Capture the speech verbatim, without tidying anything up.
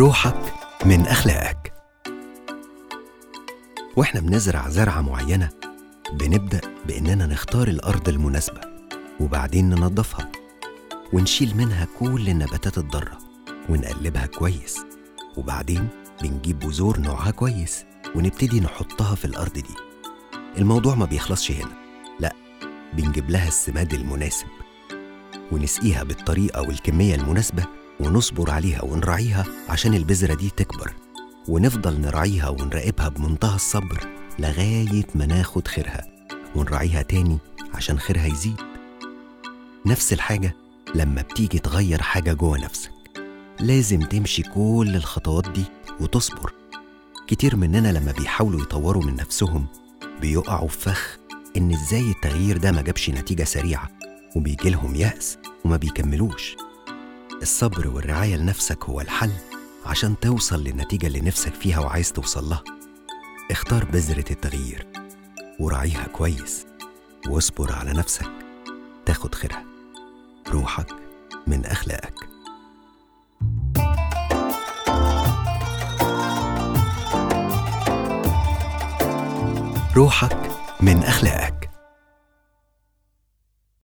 روحك من أخلاقك. وإحنا بنزرع زرعة معينة بنبدأ بإننا نختار الأرض المناسبة، وبعدين ننظفها ونشيل منها كل النباتات الضارة ونقلبها كويس، وبعدين بنجيب بذور نوعها كويس ونبتدي نحطها في الأرض دي. الموضوع ما بيخلصش هنا، لأ، بنجيب لها السماد المناسب ونسقيها بالطريقة والكمية المناسبة، ونصبر عليها ونراعيها عشان البذرة دي تكبر، ونفضل نراعيها ونراقبها بمنتهى الصبر لغاية ما ناخد خيرها، ونراعيها تاني عشان خيرها يزيد. نفس الحاجة لما بتيجي تغير حاجة جوه نفسك، لازم تمشي كل الخطوات دي وتصبر. كتير مننا لما بيحاولوا يطوروا من نفسهم بيقعوا في فخ إن إزاي التغيير ده ما جابش نتيجة سريعة، وبيجيلهم يأس وما بيكملوش. الصبر والرعاية لنفسك هو الحل عشان توصل للنتيجة اللي نفسك فيها وعايز توصل لها. اختار بذرة التغيير وراعيها كويس، واصبر على نفسك تاخد خيرها. روحك من أخلاقك. روحك من أخلاقك.